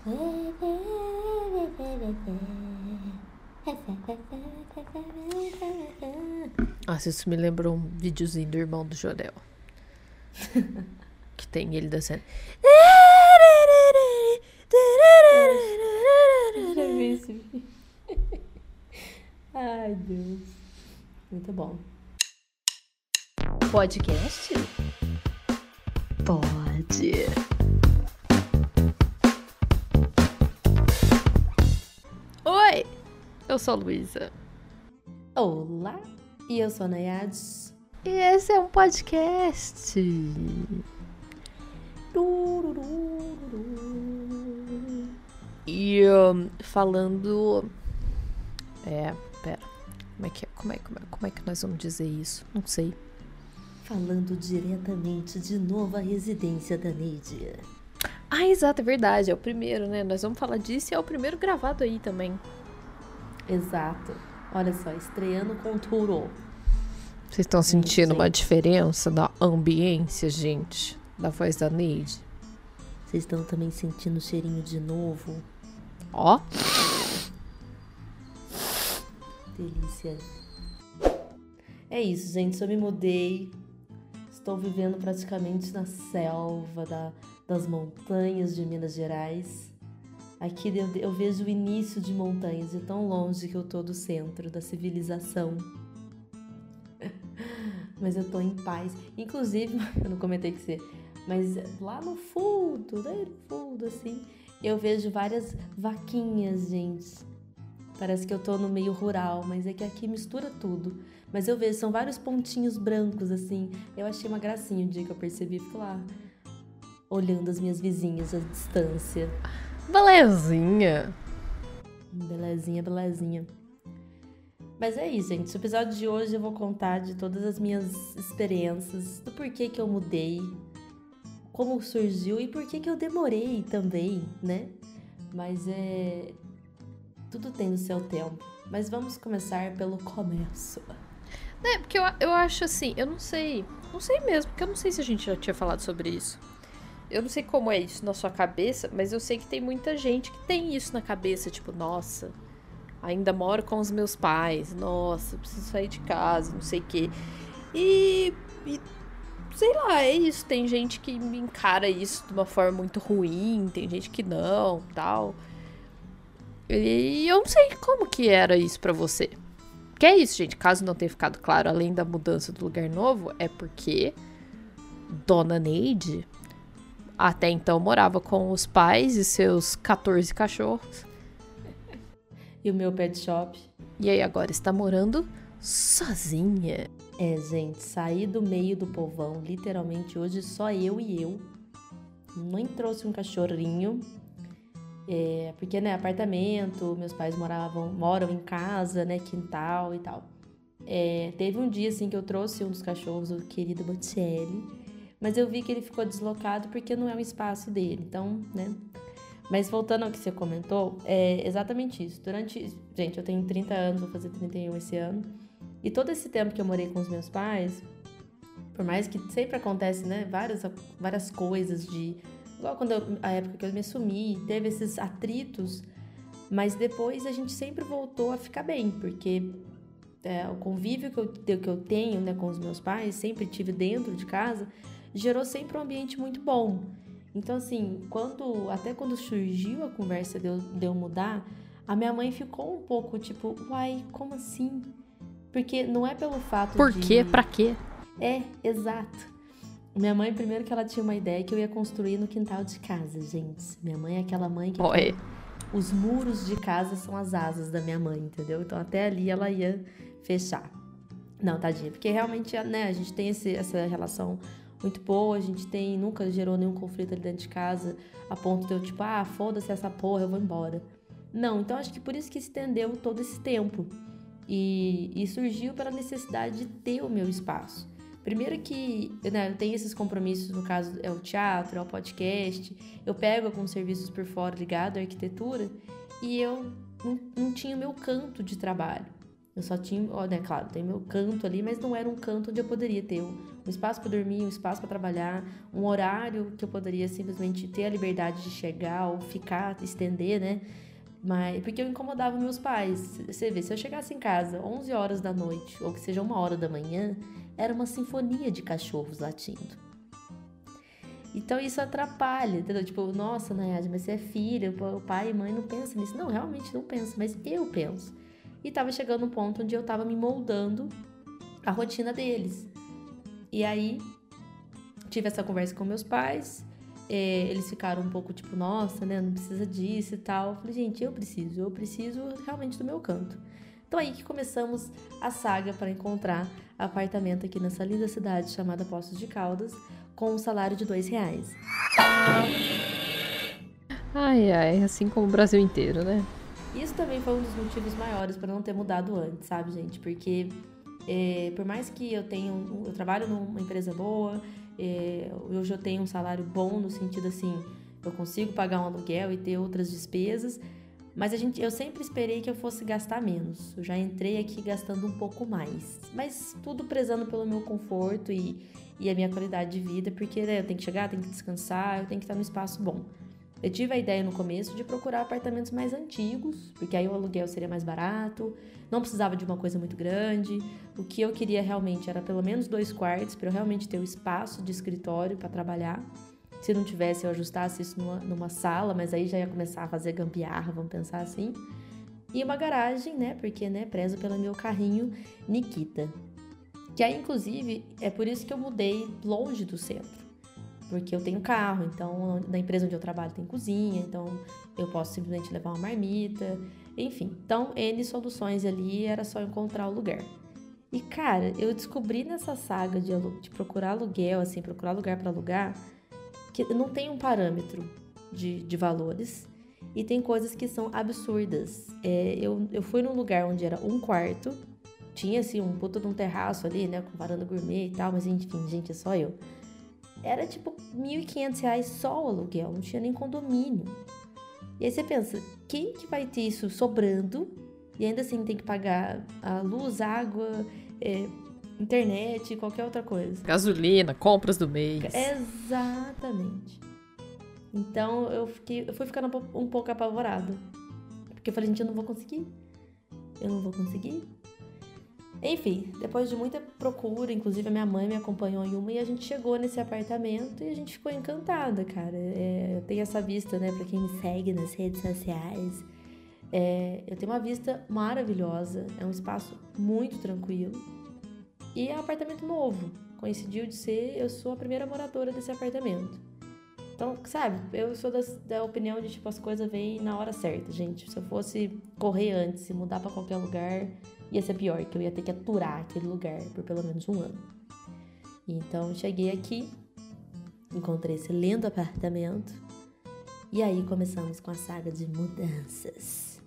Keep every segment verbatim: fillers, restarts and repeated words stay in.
Nossa, isso me lembrou um videozinho do irmão do Jorel. Que tem ele dançando. Ai, Deus. Muito bom. Podcast? Pode. Oi, eu sou a Luísa. Olá, e eu sou a Nayades. E esse é um podcast. E um, falando... É, pera. Como é, que, como, é, como, é, como é que nós vamos dizer isso? Não sei. Falando diretamente de nova residência da Neide. Ah, exato, é verdade. É o primeiro, né? Nós vamos falar disso e é o primeiro gravado aí também. Exato. Olha só, estreando com Turo. Vocês estão sentindo uma diferença na ambiência, gente? Da voz da Neide? Vocês estão também sentindo o cheirinho de novo? Ó. Delícia. É isso, gente. Só me mudei. Estou vivendo praticamente na selva da, das montanhas de Minas Gerais. Aqui eu, eu vejo o início de montanhas, de tão longe que eu tô do centro da civilização. Mas eu tô em paz. Inclusive, eu não comentei com você, mas lá no fundo, lá no fundo, assim, eu vejo várias vaquinhas, gente. Parece que eu tô no meio rural, mas é que aqui mistura tudo. Mas eu vejo, são vários pontinhos brancos, assim. Eu achei uma gracinha o dia que eu percebi. Fico lá, olhando as minhas vizinhas à distância. Belezinha. Belezinha, belezinha. Mas é isso, gente. No episódio de hoje eu vou contar de todas as minhas experiências, do porquê que eu mudei, como surgiu e por que que eu demorei também, né? Mas é... tudo tem o seu tempo. Mas vamos começar pelo começo. É, porque eu, eu acho assim, eu não sei, não sei mesmo, porque eu não sei se a gente já tinha falado sobre isso. Eu não sei como é isso na sua cabeça, mas eu sei que tem muita gente que tem isso na cabeça, tipo, nossa, ainda moro com os meus pais, nossa, preciso sair de casa, não sei o quê. E, e, sei lá, é isso, tem gente que me encara isso de uma forma muito ruim, tem gente que não, tal. E eu não sei como que era isso pra você. Que é isso, gente, caso não tenha ficado claro, além da mudança do lugar novo, é porque Dona Neide até então morava com os pais e seus catorze cachorros. E o meu pet shop. E aí agora está morando sozinha. É, gente, saí do meio do povão, literalmente hoje só eu e eu. Nem trouxe um cachorrinho. É, porque, né, apartamento, meus pais moravam, moram em casa, né, quintal e tal. É, teve um dia, assim, que eu trouxe um dos cachorros, o querido Bocelli, mas eu vi que ele ficou deslocado porque não é o espaço dele, então, né. Mas voltando ao que você comentou, é exatamente isso. Durante, gente, eu tenho trinta anos, vou fazer trinta e um esse ano, e todo esse tempo que eu morei com os meus pais, por mais que sempre acontece, né, várias, várias coisas de... Igual quando eu, a época que eu me assumi, teve esses atritos, mas depois a gente sempre voltou a ficar bem, porque é, o convívio que eu, que eu tenho, né, com os meus pais, sempre tive dentro de casa, gerou sempre um ambiente muito bom. Então, assim, quando, até quando surgiu a conversa de eu, de eu mudar, a minha mãe ficou um pouco tipo, uai, como assim? Porque não é pelo fato Por de... Por quê? Pra quê? É, exato. Minha mãe, primeiro que ela tinha uma ideia que eu ia construir no quintal de casa, gente. Minha mãe é aquela mãe que... Oi. Os muros de casa são as asas da minha mãe, entendeu? Então até ali ela ia fechar. Não, tadinha, porque realmente, né, a gente tem esse, essa relação muito boa, a gente tem, nunca gerou nenhum conflito ali dentro de casa, a ponto de eu, tipo, ah, foda-se essa porra, eu vou embora. Não, então acho que por isso que estendeu todo esse tempo. E, e surgiu pela necessidade de ter o meu espaço. Primeiro que, né, eu tenho esses compromissos, no caso é o teatro, é o podcast, eu pego alguns serviços por fora ligado à arquitetura e eu não, não tinha o meu canto de trabalho. Eu só tinha, ó, né, claro, tem meu canto ali, mas não era um canto onde eu poderia ter um, um espaço para dormir, um espaço para trabalhar, um horário que eu poderia simplesmente ter a liberdade de chegar ou ficar, estender, né? Mas, porque eu incomodava meus pais. Você vê, se eu chegasse em casa onze horas da noite, ou que seja uma hora da manhã, era uma sinfonia de cachorros latindo. Então isso atrapalha, entendeu? Tipo, nossa, Nayade, mas você é filha, o pai e mãe não pensam nisso. Não, realmente não pensa, mas eu penso. E tava chegando um ponto onde eu tava me moldando a rotina deles. E aí, tive essa conversa com meus pais, é, eles ficaram um pouco tipo, nossa, né, não precisa disso e tal. Eu falei, gente, eu preciso, eu preciso realmente do meu canto. Então aí que começamos a saga para encontrar apartamento aqui nessa linda cidade chamada Poços de Caldas, com um salário de dois reais. Ai, ai, assim como o Brasil inteiro, né? Isso também foi um dos motivos maiores para não ter mudado antes, sabe, gente? Porque é, por mais que eu tenha, um, eu trabalho numa empresa boa, é, hoje eu tenho um salário bom no sentido assim, eu consigo pagar um aluguel e ter outras despesas, mas a gente, eu sempre esperei que eu fosse gastar menos. Eu já entrei aqui gastando um pouco mais, mas tudo prezando pelo meu conforto e, e a minha qualidade de vida, porque né, eu tenho que chegar, tenho que descansar, eu tenho que estar num espaço bom. Eu tive a ideia no começo de procurar apartamentos mais antigos, porque aí o aluguel seria mais barato, não precisava de uma coisa muito grande. O que eu queria realmente era pelo menos dois quartos, para eu realmente ter o espaço de escritório para trabalhar. Se não tivesse, eu ajustasse isso numa, numa sala, mas aí já ia começar a fazer gambiarra, vamos pensar assim. E uma garagem, né, porque, né, prezo pelo meu carrinho Nikita. Que aí, inclusive, é por isso que eu mudei longe do centro. Porque eu tenho carro, então na empresa onde eu trabalho tem cozinha, então eu posso simplesmente levar uma marmita, enfim. Então, N soluções ali, era só encontrar o lugar. E, cara, eu descobri nessa saga de, de procurar aluguel, assim, procurar lugar para alugar, que não tem um parâmetro de, de valores e tem coisas que são absurdas. É, eu, eu fui num lugar onde era um quarto, tinha, assim, um puta de um terraço ali, né, com varanda gourmet e tal, mas, enfim, gente, é só eu. Era tipo mil e quinhentos reais só o aluguel, não tinha nem condomínio. E aí você pensa, quem que vai ter isso sobrando e ainda assim tem que pagar a luz, água, é, internet, qualquer outra coisa? Gasolina, compras do mês. Exatamente. Então eu, fiquei, eu fui ficando um pouco apavorada. Porque eu falei, gente, eu não vou conseguir. Eu não vou conseguir. Enfim, depois de muita procura, inclusive a minha mãe me acompanhou em uma e a gente chegou nesse apartamento e a gente ficou encantada, cara. É, eu tenho essa vista, né, pra quem me segue nas redes sociais. É, eu tenho uma vista maravilhosa, é um espaço muito tranquilo e é um apartamento novo. Coincidiu de ser, eu sou a primeira moradora desse apartamento. Então, sabe, eu sou da, da opinião de, tipo, as coisas vêm na hora certa, gente. Se eu fosse correr antes e mudar pra qualquer lugar, ia ser pior, que eu ia ter que aturar aquele lugar por pelo menos um ano. Então, cheguei aqui, encontrei esse lindo apartamento, e aí começamos com a saga de mudanças.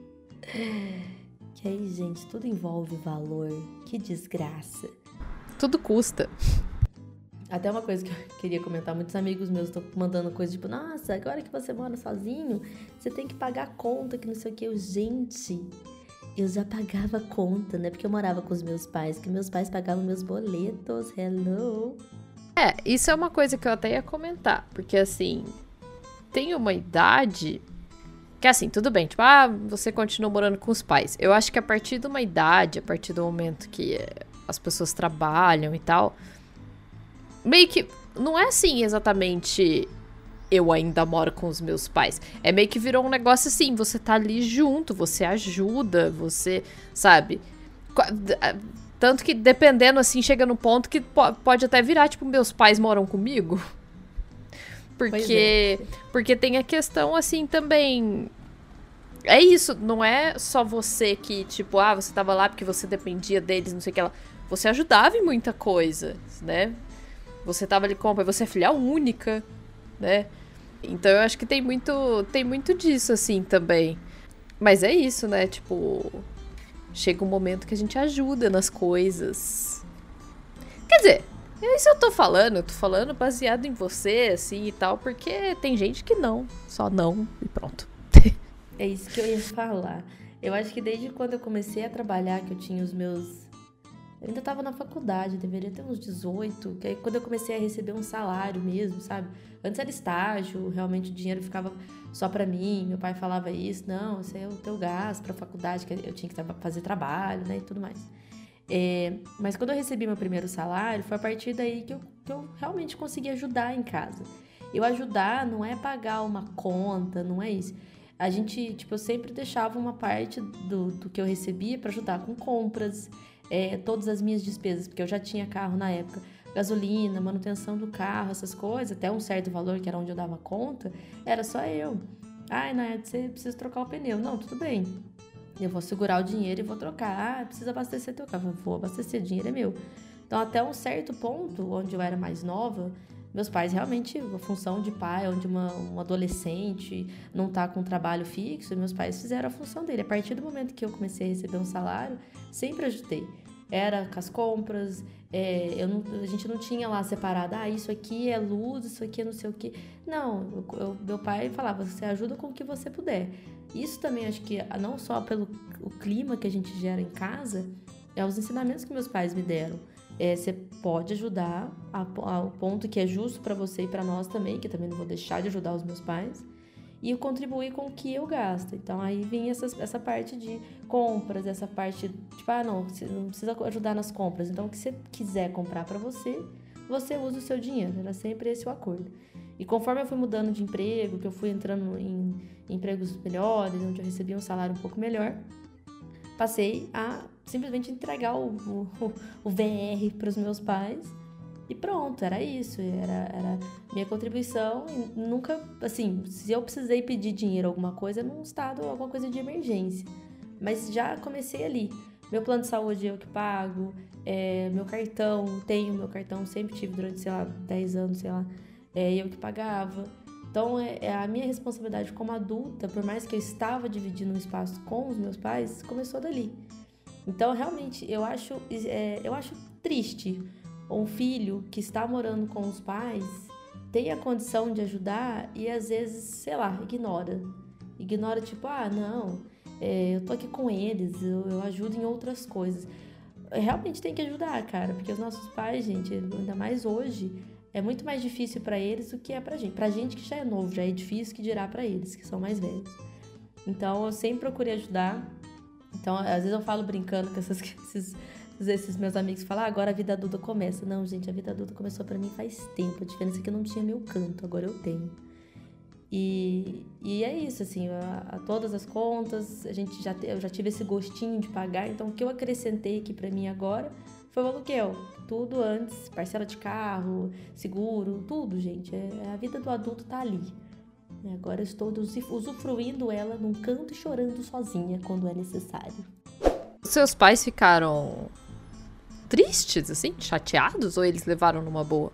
Que aí, gente, tudo envolve valor, que desgraça. Tudo custa. Até uma coisa que eu queria comentar, muitos amigos meus estão mandando coisa tipo, nossa, agora que você mora sozinho, você tem que pagar a conta, que não sei o que. Eu, gente, eu já pagava conta, né? Porque eu morava com os meus pais, que meus pais pagavam meus boletos, hello. É, isso é uma coisa que eu até ia comentar, porque assim, tem uma idade que assim, tudo bem, tipo, ah, você continua morando com os pais. Eu acho que a partir de uma idade, a partir do momento que as pessoas trabalham e tal, meio que, não é assim exatamente, eu ainda moro com os meus pais. É meio que virou um negócio assim, você tá ali junto, você ajuda, você, sabe? Tanto que, dependendo, assim, chega no ponto que pode até virar, tipo, meus pais moram comigo. Porque, é. porque tem a questão, assim, também... É isso, não é só você que, tipo, ah, você tava lá porque você dependia deles, não sei o que lá. Você ajudava em muita coisa, né? Você tava ali com... Você é filha única, né? Então eu acho que tem muito, tem muito disso, assim, também. Mas é isso, né? Tipo, chega um momento que a gente ajuda nas coisas. Quer dizer, isso eu tô falando, eu tô falando baseado em você, assim, e tal, porque tem gente que não, só não, e pronto. É isso que eu ia falar. Eu acho que desde quando eu comecei a trabalhar, que eu tinha os meus... Eu ainda tava na faculdade, deveria ter uns dezoito, que aí quando eu comecei a receber um salário mesmo, sabe? Antes era estágio, realmente o dinheiro ficava só pra mim, meu pai falava isso, não, isso aí é o teu gasto pra faculdade, que eu tinha que fazer trabalho, né, e tudo mais. É, mas quando eu recebi meu primeiro salário, foi a partir daí que eu, que eu realmente consegui ajudar em casa. Eu ajudar não é pagar uma conta, não é isso. A gente, tipo, eu sempre deixava uma parte do, do que eu recebia pra ajudar com compras, é, todas as minhas despesas, porque eu já tinha carro na época, gasolina, manutenção do carro, essas coisas, até um certo valor, que era onde eu dava conta, era só eu. Ai, Nayara, você precisa trocar o pneu. Não, tudo bem. Eu vou segurar o dinheiro e vou trocar. Ah, precisa abastecer teu carro. Eu vou abastecer, o dinheiro é meu. Então, até um certo ponto, onde eu era mais nova, meus pais realmente, a função de pai, onde uma, um adolescente não tá com um trabalho fixo, meus pais fizeram a função dele. A partir do momento que eu comecei a receber um salário, sempre ajudei. Era com as compras, é, eu não, a gente não tinha lá separado, ah, isso aqui é luz, isso aqui é não sei o quê. Não, eu, eu, meu pai falava, você ajuda com o que você puder. Isso também acho que não só pelo o clima que a gente gera em casa, é os ensinamentos que meus pais me deram. É, você pode ajudar ao ponto que é justo para você e para nós também, que eu também não vou deixar de ajudar os meus pais, e eu contribuir com o que eu gasto. Então aí vem essa, essa parte de compras, essa parte, tipo, ah, não, você não precisa ajudar nas compras. Então o que você quiser comprar para você, você usa o seu dinheiro. Era sempre esse o acordo. E conforme eu fui mudando de emprego, que eu fui entrando em empregos melhores, onde eu recebia um salário um pouco melhor, passei a simplesmente entregar o, o, o V R para os meus pais e pronto, era isso, era, era minha contribuição. E nunca, assim, se eu precisei pedir dinheiro, alguma coisa, num estado, alguma coisa de emergência, mas já comecei ali. Meu plano de saúde eu que pago, é, meu cartão, tenho meu cartão, sempre tive durante, sei lá, dez anos, sei lá, é, eu que pagava. Então, é, é a minha responsabilidade como adulta, por mais que eu estava dividindo um espaço com os meus pais, começou dali. Então, realmente, eu acho, é, eu acho triste um filho que está morando com os pais tem a condição de ajudar e, às vezes, sei lá, ignora. Ignora, tipo, ah, não, é, eu tô aqui com eles, eu, eu ajudo em outras coisas. Realmente tem que ajudar, cara, porque os nossos pais, gente, ainda mais hoje, é muito mais difícil pra eles do que é pra gente. Pra gente que já é novo, já é difícil, que dirá pra eles, que são mais velhos. Então, eu sempre procurei ajudar. Então, às vezes eu falo brincando com essas, esses, esses meus amigos que falam, ah, agora a vida adulta começa. Não, gente, a vida adulta começou pra mim faz tempo. A diferença é que eu não tinha meu canto, agora eu tenho. E, e é isso, assim, a, a todas as contas, a gente já, eu já tive esse gostinho de pagar. Então, o que eu acrescentei aqui pra mim agora foi o aluguel. Tudo antes, parcela de carro, seguro, tudo, gente. É, a vida do adulto tá ali. E agora eu estou usufruindo ela num canto e chorando sozinha quando é necessário. Seus pais ficaram tristes, assim, chateados? Ou eles levaram numa boa?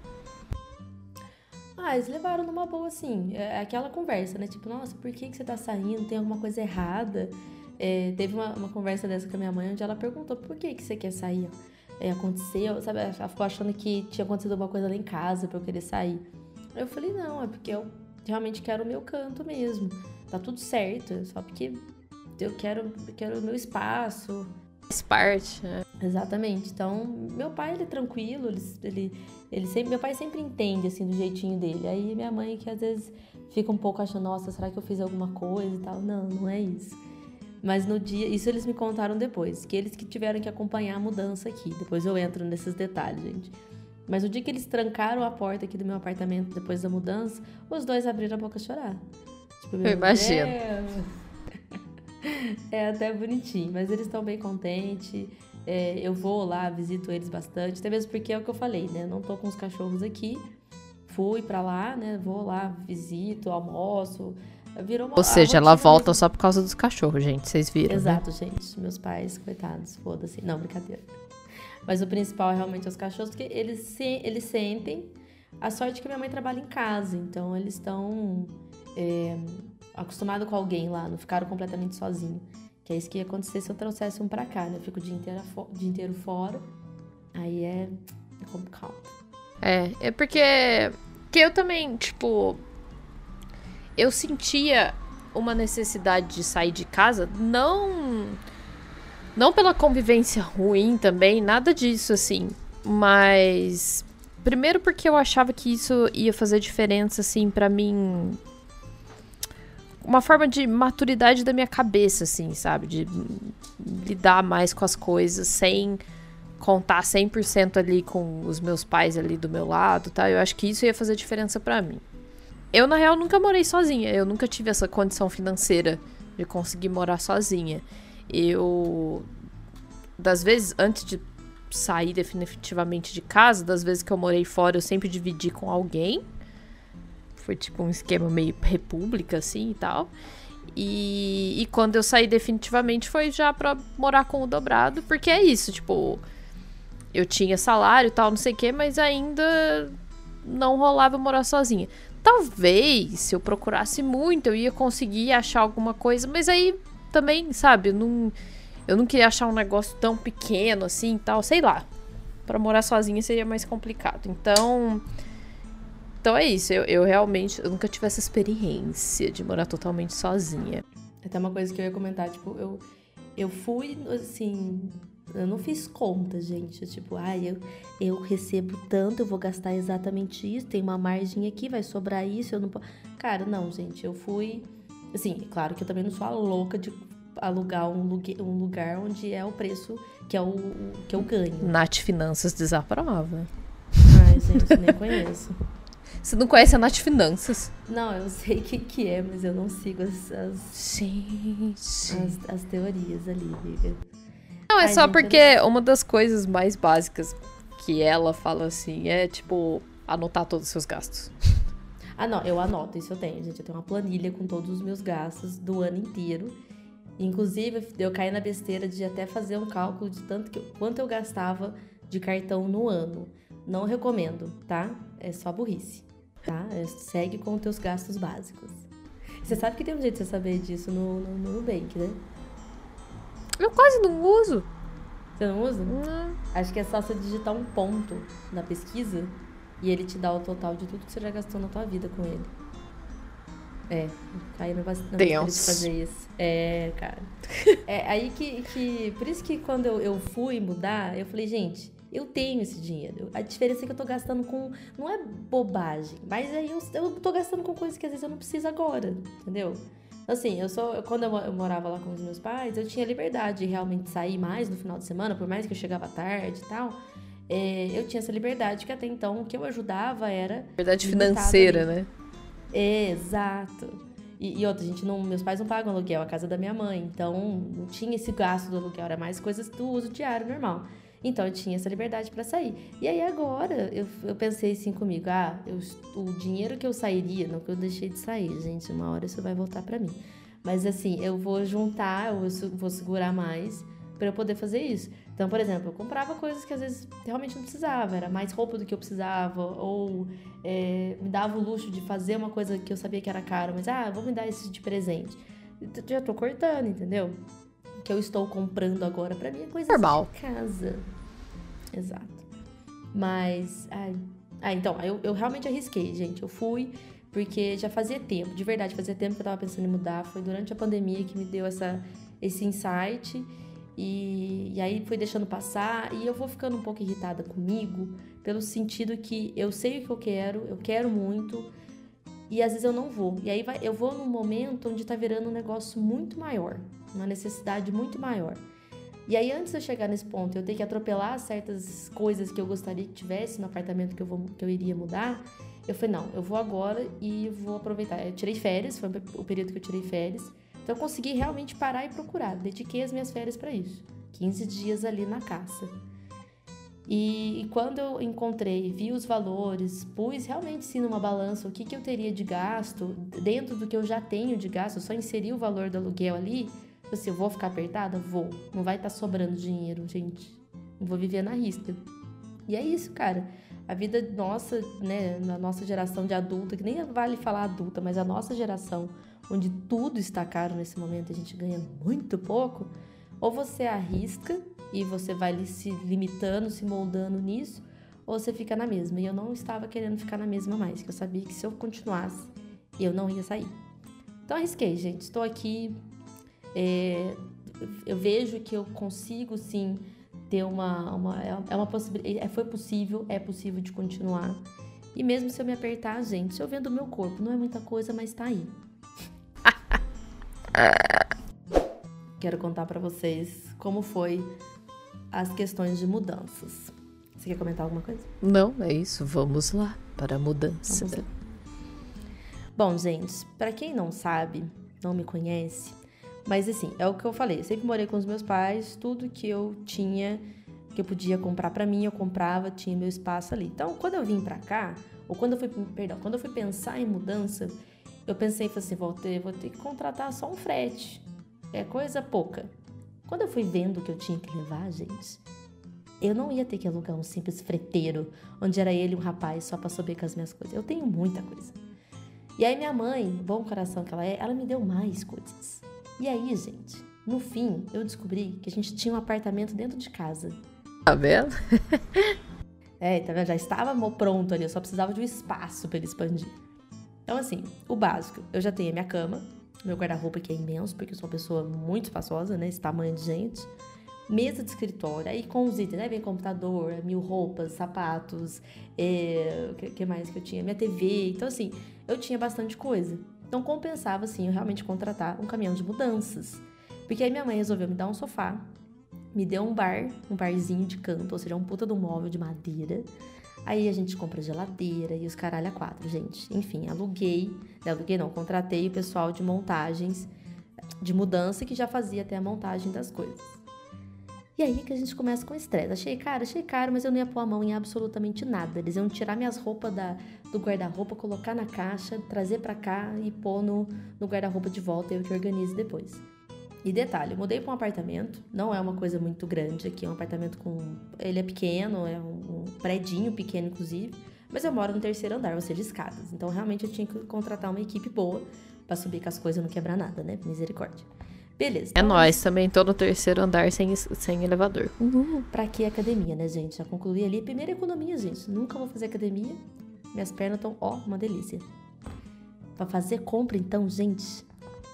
Ah, eles levaram numa boa, assim. É aquela conversa, né? Tipo, nossa, por que, que você tá saindo? Tem alguma coisa errada? É, teve uma, uma conversa dessa com a minha mãe, onde ela perguntou, por que, que você quer sair? É, aconteceu, sabe? Ela ficou achando que tinha acontecido alguma coisa lá em casa pra eu querer sair. Eu falei, não, é porque eu realmente quero o meu canto mesmo. Tá tudo certo, só porque eu quero, eu quero o meu espaço. Faz parte, né? Exatamente. Então, meu pai, ele é tranquilo, ele, ele, ele sempre, meu pai sempre entende, assim, do jeitinho dele. Aí minha mãe, que às vezes fica um pouco achando, nossa, será que eu fiz alguma coisa e tal? Não, não é isso. Mas no dia, isso eles me contaram depois, que eles que tiveram que acompanhar a mudança aqui. Depois eu entro nesses detalhes, gente. Mas o dia que eles trancaram a porta aqui do meu apartamento depois da mudança, os dois abriram a boca a chorar. Tipo, eu imagino. É até bonitinho, mas eles estão bem contentes. É, eu vou lá, visito eles bastante, até mesmo porque é o que eu falei, né? Não tô com os cachorros aqui. Fui pra lá, né? Vou lá, visito, almoço. Virou uma, Ou seja, ela volta mesmo. Só por causa dos cachorros, gente. Vocês viram, Exato, né? gente. Meus pais, coitados, foda-se. Não, brincadeira. Mas o principal é realmente os cachorros, porque eles, se, eles sentem a sorte que minha mãe trabalha em casa. Então, eles estão é, acostumados com alguém lá, não ficaram completamente sozinhos. Que é isso que ia acontecer se eu trouxesse um pra cá, né? Eu fico o dia inteiro, o dia inteiro fora. Aí é, é complicado. É, é porque que eu também, tipo... Eu sentia uma necessidade de sair de casa, não não pela convivência ruim também, nada disso, assim, mas primeiro porque eu achava que isso ia fazer diferença, assim, pra mim, uma forma de maturidade da minha cabeça, assim, sabe, de lidar mais com as coisas sem contar cem por cento ali com os meus pais ali do meu lado, tá? Eu acho que isso ia fazer diferença pra mim. Eu, na real, nunca morei sozinha. Eu nunca tive essa condição financeira de conseguir morar sozinha. Eu, das vezes, antes de sair definitivamente de casa, das vezes que eu morei fora, eu sempre dividi com alguém. Foi tipo um esquema meio república, assim, e tal. E, e quando eu saí definitivamente foi já pra morar com o dobrado, porque é isso, tipo, eu tinha salário e tal, não sei o que, mas ainda não rolava morar sozinha. Talvez, se eu procurasse muito, eu ia conseguir achar alguma coisa, mas aí também, sabe, eu não, eu não queria achar um negócio tão pequeno assim e tal, sei lá. Pra morar sozinha seria mais complicado. Então, então é isso, eu, eu realmente, eu nunca tive essa experiência de morar totalmente sozinha. Até uma coisa que eu ia comentar, tipo, eu, eu fui, assim, eu não fiz conta, gente. Tipo, ah, eu, eu recebo tanto, eu vou gastar exatamente isso, tem uma margem aqui, vai sobrar isso, eu não posso... Cara, não, gente, eu fui... Assim, claro que eu também não sou a louca de alugar um, lugar, um lugar onde é o preço que é o, o que eu ganho. Nath Finanças desaprova. Ai, gente, nem conheço. Você não conhece a Nath Finanças? Não, eu sei o que, que é, mas eu não sigo as, as, Gente. as, as teorias ali, amiga. Não, é Ai, só gente, porque eu uma das coisas mais básicas que ela fala assim é, tipo, anotar todos os seus gastos. Ah, não, eu anoto, isso eu tenho, gente. Eu tenho uma planilha com todos os meus gastos do ano inteiro. Inclusive, eu caí na besteira de até fazer um cálculo de tanto que eu, quanto eu gastava de cartão no ano. Não recomendo, tá? É só burrice, tá? É, segue com os teus gastos básicos. Você sabe que tem um jeito de você saber disso no, no, no Nubank, né? Eu quase não uso. Você não usa? Hum. Acho que é só você digitar um ponto na pesquisa e ele te dá o total de tudo que você já gastou na tua vida com ele. É, caí na besteira de fazer isso. É, cara. É aí que, que... Por isso que quando eu, eu fui mudar, eu falei, gente, eu tenho esse dinheiro. A diferença é que eu tô gastando com... Não é bobagem, mas aí eu, eu tô gastando com coisas que às vezes eu não preciso agora, entendeu? Assim, eu sou... Quando eu, eu morava lá com os meus pais, eu tinha liberdade de realmente sair mais no final de semana, por mais que eu chegava tarde e tal. É, eu tinha essa liberdade que até então o que eu ajudava era... Liberdade financeira, né? É, exato. E, e outra, gente, não, meus pais não pagam aluguel, a casa da minha mãe. Então, não tinha esse gasto do aluguel, era mais coisas do uso diário normal. Então, eu tinha essa liberdade pra sair. E aí, agora, eu, eu pensei assim comigo, ah, eu, o dinheiro que eu sairia, não que eu deixei de sair, gente, uma hora isso vai voltar pra mim. Mas assim, eu vou juntar, eu vou segurar mais pra eu poder fazer isso. Então, por exemplo, eu comprava coisas que às vezes realmente não precisava, era mais roupa do que eu precisava, ou é, me dava o luxo de fazer uma coisa que eu sabia que era caro, mas, ah, vou me dar isso de presente. Eu já tô cortando, entendeu? O que eu estou comprando agora pra mim é coisa normal de casa. Exato. Mas, ai, ah, então, eu, eu realmente arrisquei, gente. Eu fui porque já fazia tempo, de verdade, fazia tempo que eu tava pensando em mudar. Foi durante a pandemia que me deu essa, esse insight. E, e aí fui deixando passar. E eu vou ficando um pouco irritada comigo, pelo sentido que eu sei o que eu quero, eu quero muito, e às vezes eu não vou. E aí vai, eu vou num momento onde tá virando um negócio muito maior, uma necessidade muito maior. E aí, antes de eu chegar nesse ponto, eu ter que atropelar certas coisas que eu gostaria que tivesse no apartamento que eu, vou, que eu iria mudar, eu falei, não, eu vou agora e vou aproveitar. Eu tirei férias, foi o período que eu tirei férias, então eu consegui realmente parar e procurar. Dediquei as minhas férias para isso. quinze dias ali na caça. E, e quando eu encontrei, vi os valores, pus realmente sim numa balança o que, que eu teria de gasto, dentro do que eu já tenho de gasto, eu só inseri o valor do aluguel ali. Assim, eu vou ficar apertada? Vou. Não vai estar sobrando dinheiro, gente. Não vou viver na risca. E é isso, cara. A vida nossa, né, na nossa geração de adulta, que nem vale falar adulta, mas a nossa geração, onde tudo está caro nesse momento, a gente ganha muito pouco, ou você arrisca e você vai se limitando, se moldando nisso, ou você fica na mesma. E eu não estava querendo ficar na mesma mais, que eu sabia que se eu continuasse, eu não ia sair. Então arrisquei, gente. Estou aqui. É, eu vejo que eu consigo, sim, ter uma... uma é uma possibilidade. Foi possível, é possível de continuar. E mesmo se eu me apertar, gente, eu vendo o meu corpo. Não é muita coisa, mas tá aí. Quero contar pra vocês como foi as questões de mudanças. Você quer comentar alguma coisa? Não, é isso. Vamos lá para a mudança. Vamos lá. Bom, gente, pra quem não sabe, não me conhece, mas assim, é o que eu falei. Eu sempre morei com os meus pais, tudo que eu tinha, que eu podia comprar pra mim, eu comprava, tinha meu espaço ali. Então, quando eu vim pra cá, ou quando eu fui, perdão, quando eu fui pensar em mudança, eu pensei, falei assim, vou ter, vou ter que contratar só um frete. É coisa pouca. Quando eu fui vendo o que eu tinha que levar, gente, eu não ia ter que alugar um simples freteiro, onde era ele e um rapaz só pra subir com as minhas coisas. Eu tenho muita coisa. E aí minha mãe, bom coração que ela é, ela me deu mais coisas. E aí, gente, no fim, eu descobri que a gente tinha um apartamento dentro de casa. Tá vendo? É, tá vendo? Já estava pronto ali, eu só precisava de um espaço pra ele expandir. Então, assim, o básico, eu já tenho a minha cama, meu guarda-roupa que é imenso, porque eu sou uma pessoa muito espaçosa, né? Esse tamanho de gente. Mesa de escritório, aí com os itens, né? Vem computador, mil roupas, sapatos, é... o que, que mais que eu tinha? Minha T V. Então, assim, eu tinha bastante coisa. Então, compensava, assim, eu realmente contratar um caminhão de mudanças. Porque aí minha mãe resolveu me dar um sofá, me deu um bar, um barzinho de canto, ou seja, um puta de um móvel de madeira. Aí a gente compra geladeira e os caralho a quatro, gente. Enfim, aluguei, não aluguei não, contratei o pessoal de montagens, de mudança, que já fazia até a montagem das coisas. E aí que a gente começa com estresse. Achei caro, achei caro, mas eu não ia pôr a mão em absolutamente nada. Eles iam tirar minhas roupas da, do guarda-roupa, colocar na caixa, trazer pra cá e pôr no, no guarda-roupa de volta, eu que organizo depois. E detalhe, eu mudei para um apartamento, não é uma coisa muito grande aqui, é um apartamento com... Ele é pequeno, é um, um predinho pequeno, inclusive, mas eu moro no terceiro andar, ou seja, escadas. Então, realmente, eu tinha que contratar uma equipe boa para subir com as coisas e não quebrar nada, né? Misericórdia. Beleza. É Então, nóis, também tô no terceiro andar sem, sem elevador. Uhum. Pra que academia, né, gente? Já concluí ali. Primeira economia, gente. Nunca vou fazer academia. Minhas pernas estão, ó, uma delícia. Pra fazer compra, então, gente...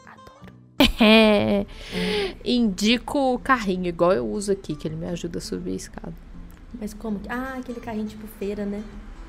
É. Indico o carrinho, igual eu uso aqui, que ele me ajuda a subir a escada. Mas como? Ah, aquele carrinho tipo feira, né?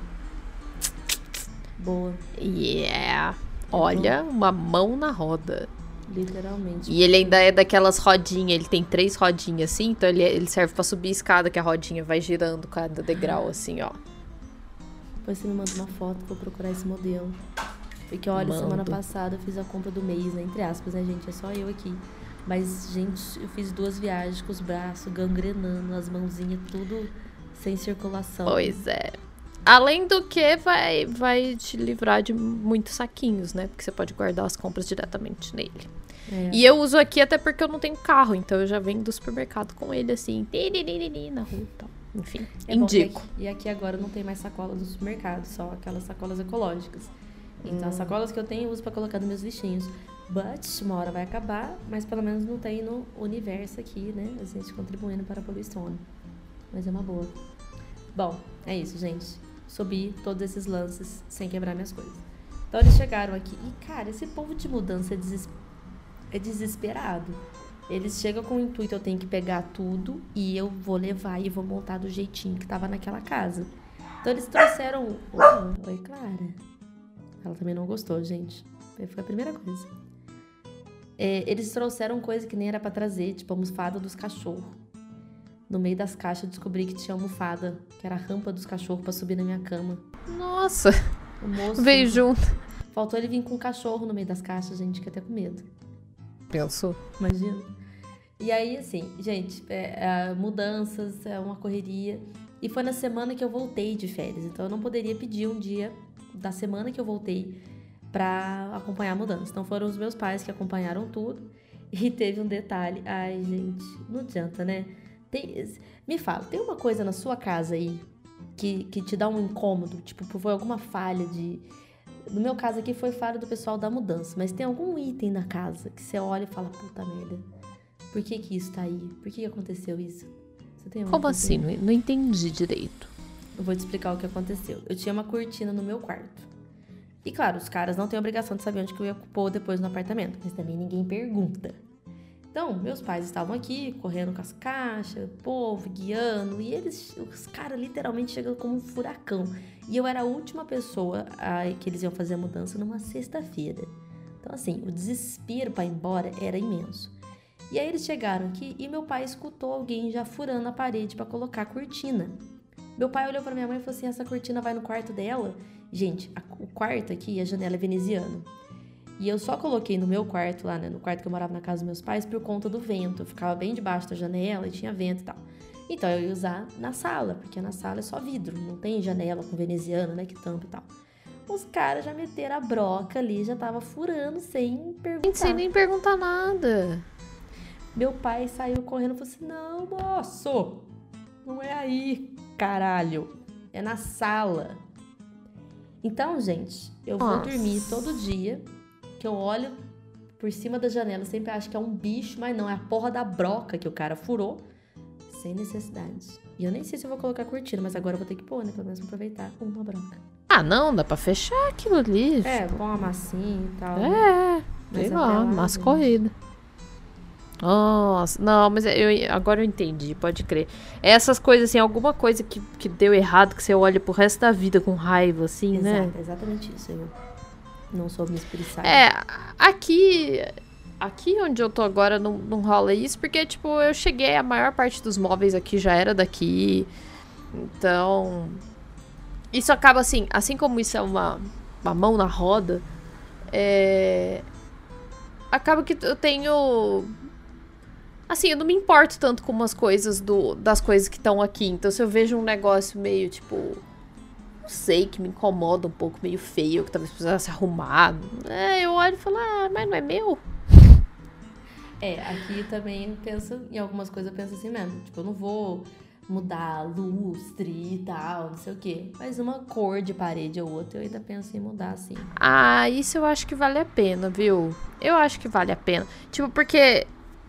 Boa. Yeah. Olha, uma mão na roda. Literalmente. E ele ainda é daquelas rodinhas, ele tem três rodinhas assim, então ele, ele serve pra subir a escada, que a rodinha vai girando cada degrau assim, ó. Depois você me manda uma foto, vou procurar esse modelo. Porque, olha, Mando. Semana passada eu fiz a compra do mês, né? Entre aspas, né, gente? É só eu aqui. Mas, gente, eu fiz duas viagens com os braços gangrenando, as mãozinhas, tudo sem circulação. Pois é. Além do que, vai, vai te livrar de muitos saquinhos, né? Porque você pode guardar as compras diretamente nele. É. E eu uso aqui até porque eu não tenho carro, então eu já venho do supermercado com ele assim, na rua e tal. Enfim, É bom que indico. aqui- e aqui agora não tem mais sacolas no supermercado, só aquelas sacolas ecológicas. Então, Hum. as sacolas que eu tenho eu uso pra colocar nos meus lixinhos. But, uma hora vai acabar, mas pelo menos não tem no universo aqui, né? A gente contribuindo para a poluição. Mas é uma boa. Bom, é isso, gente. Subi todos esses lances sem quebrar minhas coisas. Então, eles chegaram aqui. E, cara, esse povo de mudança é, deses... é desesperado. Eles chegam com o intuito, eu tenho que pegar tudo e eu vou levar e vou montar do jeitinho que tava naquela casa. Então, eles trouxeram... Oh, oi, Clara. Ela também não gostou, gente. Foi a primeira coisa. É, eles trouxeram coisa que nem era pra trazer, tipo a almofada dos cachorros. No meio das caixas eu descobri que tinha almofada, que era a rampa dos cachorros pra subir na minha cama. Nossa, O moço... veio junto. Faltou ele vir com um cachorro no meio das caixas, gente, que até com medo. Pensou? Imagina. E aí, assim, gente, é, é, mudanças, é uma correria. E foi na semana que eu voltei de férias, então eu não poderia pedir um dia da semana que eu voltei pra acompanhar a mudança. Então foram os meus pais que acompanharam tudo. E teve um detalhe. Ai, gente, não adianta, né? Tem, me fala, tem uma coisa na sua casa aí que, que te dá um incômodo? Tipo, foi alguma falha de... No meu caso aqui foi falha do pessoal da mudança. Mas tem algum item na casa que você olha e fala, puta merda, por que que isso tá aí? Por que que aconteceu isso? Você tem alguma Como coisa assim? aí? Não, não entendi direito. Eu vou te explicar o que aconteceu. Eu tinha uma cortina no meu quarto. E claro, os caras não têm obrigação de saber onde que eu ia pôr depois no apartamento, mas também ninguém pergunta. Então, meus pais estavam aqui, correndo com as caixas, o povo, guiando, e eles, os caras literalmente chegando como um furacão. E eu era a última pessoa a, que eles iam fazer a mudança numa sexta-feira. Então, assim, o desespero para ir embora era imenso. E aí eles chegaram aqui e meu pai escutou alguém já furando a parede para colocar a cortina. Meu pai olhou para minha mãe e falou assim, essa cortina vai no quarto dela? Gente, a, o quarto aqui, a janela é veneziana. E eu só coloquei no meu quarto lá, né, no quarto que eu morava na casa dos meus pais, por conta do vento. Eu ficava bem debaixo da janela e tinha vento e tal. Então eu ia usar na sala, porque na sala é só vidro, não tem janela com veneziana, né, que tampa e tal. Os caras já meteram a broca ali, já tava furando sem perguntar. Sem nem perguntar nada. Meu pai saiu correndo e falou assim, não, moço, não é aí, caralho, é na sala. Então, gente, eu vou Nossa. dormir todo dia, que eu olho por cima da janela, sempre acho que é um bicho, mas não, é a porra da broca que o cara furou, sem necessidade. E eu nem sei se eu vou colocar cortina, mas agora eu vou ter que pôr, né, pelo menos aproveitar uma broca. Ah, não, dá pra fechar aquilo ali. É, põe uma massinha e tal. É, Mas sei até lá, lá, massa gente. corrida. Nossa, não, mas eu, agora eu entendi, pode crer. Essas coisas, assim, alguma coisa que, que deu errado, que você olha pro resto da vida com raiva, assim, né? Exato, exatamente isso. Eu não soube me expressar. É, aqui, aqui onde eu tô agora não, não rola isso, porque, tipo, eu cheguei, a maior parte dos móveis aqui já era daqui, então... Isso acaba, assim, assim como isso é uma, uma mão na roda, é... acaba que eu tenho... Assim, eu não me importo tanto com as coisas do, das coisas que estão aqui. Então, se eu vejo um negócio meio, tipo... Não sei, que me incomoda um pouco, meio feio, que talvez precisasse arrumar. É, eu olho e falo, ah, mas não é meu? É, aqui também eu penso, em algumas coisas eu penso assim mesmo. Tipo, eu não vou mudar lustre e tal, não sei o quê. Mas uma cor de parede ou outra eu ainda penso em mudar, assim. Ah, isso eu acho que vale a pena, viu? Eu acho que vale a pena. Tipo, porque...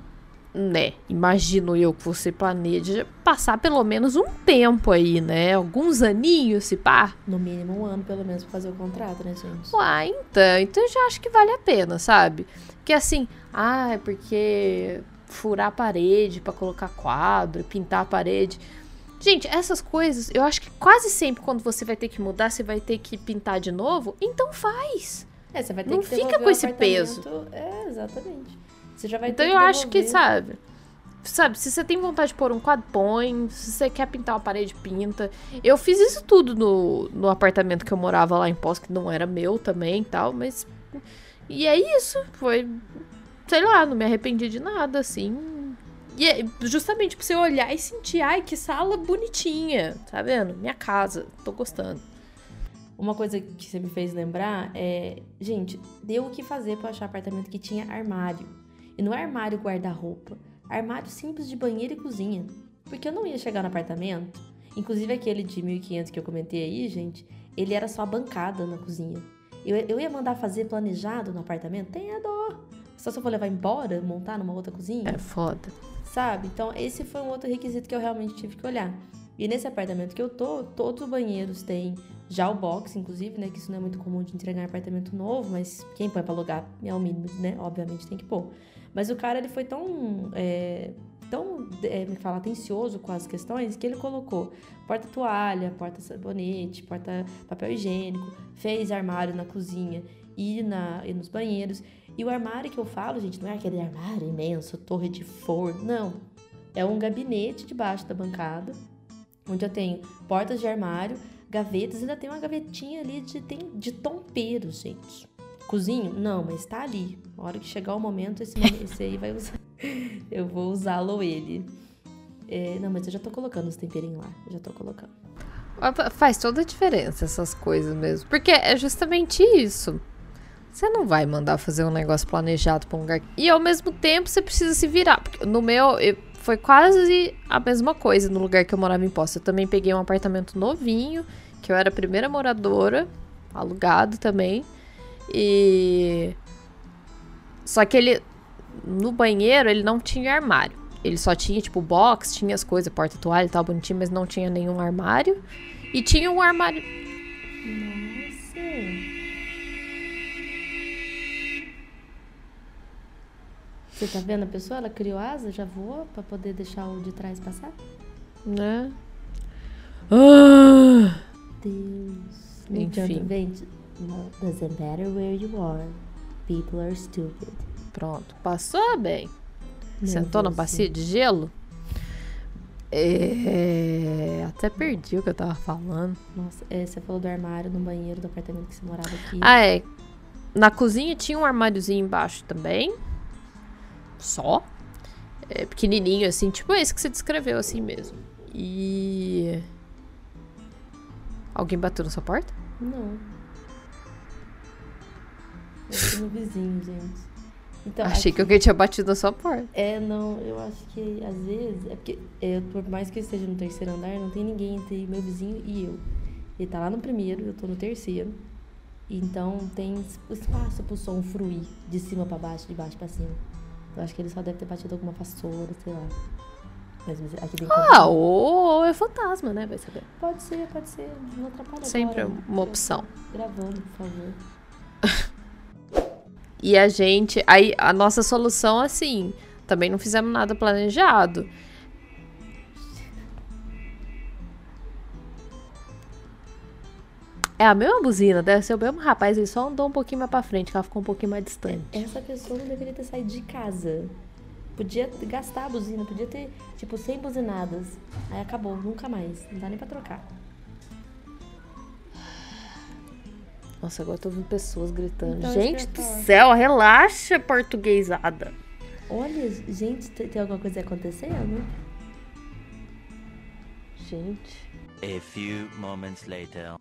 Né, imagino eu que você planeja passar pelo menos um tempo aí, né? Alguns aninhos, se pá. No mínimo um ano, pelo menos, pra fazer o contrato, né, gente? Uai, então, então eu já acho que vale a pena, sabe? Porque assim, ah, é porque furar a parede pra colocar quadro, pintar a parede. Gente, essas coisas, eu acho que quase sempre quando você vai ter que mudar, você vai ter que pintar de novo, então faz. É, você vai ter Não que fica devolver com o esse peso. apartamento. É, exatamente. Você já vai Então ter eu que acho que, devolver. sabe, sabe, se você tem vontade de pôr um quadro, põe. Se você quer pintar uma parede, pinta. Eu fiz isso tudo no, no apartamento que eu morava lá em Poços, que não era meu também e tal, mas... E é isso, foi... Sei lá, não me arrependi de nada, assim. E é justamente pra você olhar e sentir, ai, que sala bonitinha, tá vendo? Minha casa, tô gostando. Uma coisa que você me fez lembrar é... Gente, deu o que fazer pra achar apartamento que tinha armário. E não é armário guarda-roupa. Armário simples de banheiro e cozinha. Porque eu não ia chegar no apartamento. Inclusive aquele de mil e quinhentos que eu comentei aí, gente, ele era só a bancada na cozinha. Eu, eu ia mandar fazer planejado no apartamento? Tenha dó. Só se eu for levar embora, montar numa outra cozinha. É foda. Sabe? Então esse foi um outro requisito que eu realmente tive que olhar. E nesse apartamento que eu tô, todos os banheiros têm já o box, inclusive, né? Que isso não é muito comum de entregar em apartamento novo, mas quem põe pra alugar é o mínimo, né? Obviamente tem que pôr. Mas o cara, ele foi tão, é, tão, é, me fala, atencioso com as questões, que ele colocou porta-toalha, porta-sabonete, porta-papel higiênico, fez armário na cozinha e, na, e nos banheiros. E o armário que eu falo, gente, não é aquele armário imenso, torre de forno, não. É um gabinete debaixo da bancada, onde eu tenho portas de armário, gavetas, ainda tem uma gavetinha ali de, tem, de tompeiros, gente. Cozinho? Não, mas tá ali. A hora que chegar o momento, esse, esse aí vai usar. Eu vou usá-lo ele. É, não, mas eu já tô colocando os temperinhos lá. Eu já tô colocando. Faz toda a diferença essas coisas mesmo. Porque é justamente isso. Você não vai mandar fazer um negócio planejado pra um lugar. E ao mesmo tempo você precisa se virar. Porque no meu, eu, foi quase a mesma coisa no lugar que eu morava em Poços. Eu também peguei um apartamento novinho, que eu era a primeira moradora, alugado também. E... Só que ele... No banheiro, ele não tinha armário. Ele só tinha, tipo, box, tinha as coisas, porta-toalha e tal, bonitinho, mas não tinha nenhum armário. E tinha um armário... Nossa! Você tá vendo a pessoa? Ela criou asa, já voou pra poder deixar o de trás passar? Né? Ah! Deus. Enfim. No, doesn't matter where you are. People are stupid. Pronto. Passou bem. Meu Sentou na Deus, bacia sim. de gelo? É... Até perdi o que eu tava falando. Nossa, é, você falou do armário no banheiro do apartamento que você morava aqui. Ah, é. Na cozinha tinha um armáriozinho embaixo também. Só. É, pequenininho, assim. Tipo esse que você descreveu, assim mesmo. E... Alguém bateu na sua porta? Não. Eu fui no vizinho, gente. Então, Achei aqui, que alguém tinha batido na sua porta. É, não, eu acho que às vezes... É porque, é, por mais que eu esteja no terceiro andar, não tem ninguém entre meu vizinho e eu. Ele tá lá no primeiro, eu tô no terceiro. Então tem espaço pro som fruir de cima pra baixo, de baixo pra cima. Eu acho que ele só deve ter batido alguma vassoura, sei lá. Mas aqui dentro... Ah, ou é fantasma, né? Vai saber. Pode ser, pode ser. Não atrapalha Sempre agora. uma opção. Gravando, por favor. E a gente... Aí, a nossa solução, assim... Também não fizemos nada planejado. É a mesma buzina, deve ser o mesmo rapaz. Ele só andou um pouquinho mais pra frente, que ela ficou um pouquinho mais distante. Essa pessoa não deveria ter saído de casa. Podia gastar a buzina, podia ter, tipo, cem buzinadas. Aí acabou, nunca mais. Não dá nem pra trocar. Nossa, agora eu tô ouvindo pessoas gritando. Então, Gente isso que do eu ia falar. céu, relaxa, portuguesada. Olha, gente, tem tem alguma coisa acontecendo? Gente. A few moments later.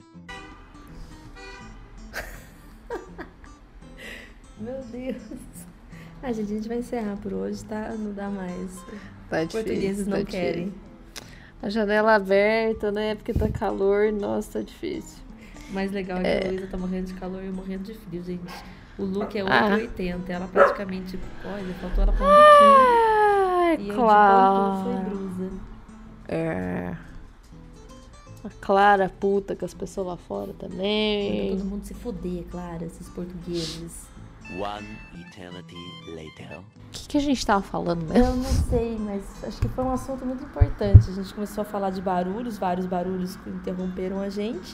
Meu Deus. Ah, gente, a gente vai encerrar por hoje, tá? Não dá mais. Tá Os portugueses difícil, não tá querem. difícil. A janela aberta, né? Porque tá calor. Nossa, tá difícil. O mais legal é que a Luísa tá morrendo de calor e eu morrendo de frio, gente. O look é Ah. oito e oitenta. Ela praticamente... Olha, faltou ela pra um biquíni. Ah, é E eu de claro. pantufa e blusa. É. A Clara, puta, com as pessoas lá fora Manda também. todo mundo se fuder, claro, esses portugueses. One eternity later. O que, que a gente tava falando mesmo? Eu não sei, mas acho que foi um assunto muito importante. A gente começou a falar de barulhos, vários barulhos que interromperam a gente.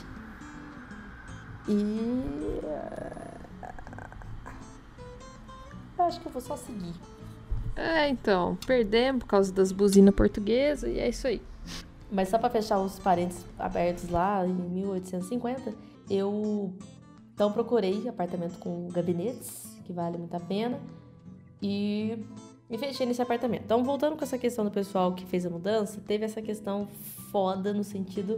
E... eu acho que eu vou só seguir. É, então, perdemos por causa das buzinas portuguesas e é isso aí. Mas só pra fechar os parênteses abertos lá, em mil oitocentos e cinquenta, eu então procurei apartamento com gabinetes, que vale muito a pena, e me fechei nesse apartamento. Então, voltando com essa questão do pessoal que fez a mudança, teve essa questão foda no sentido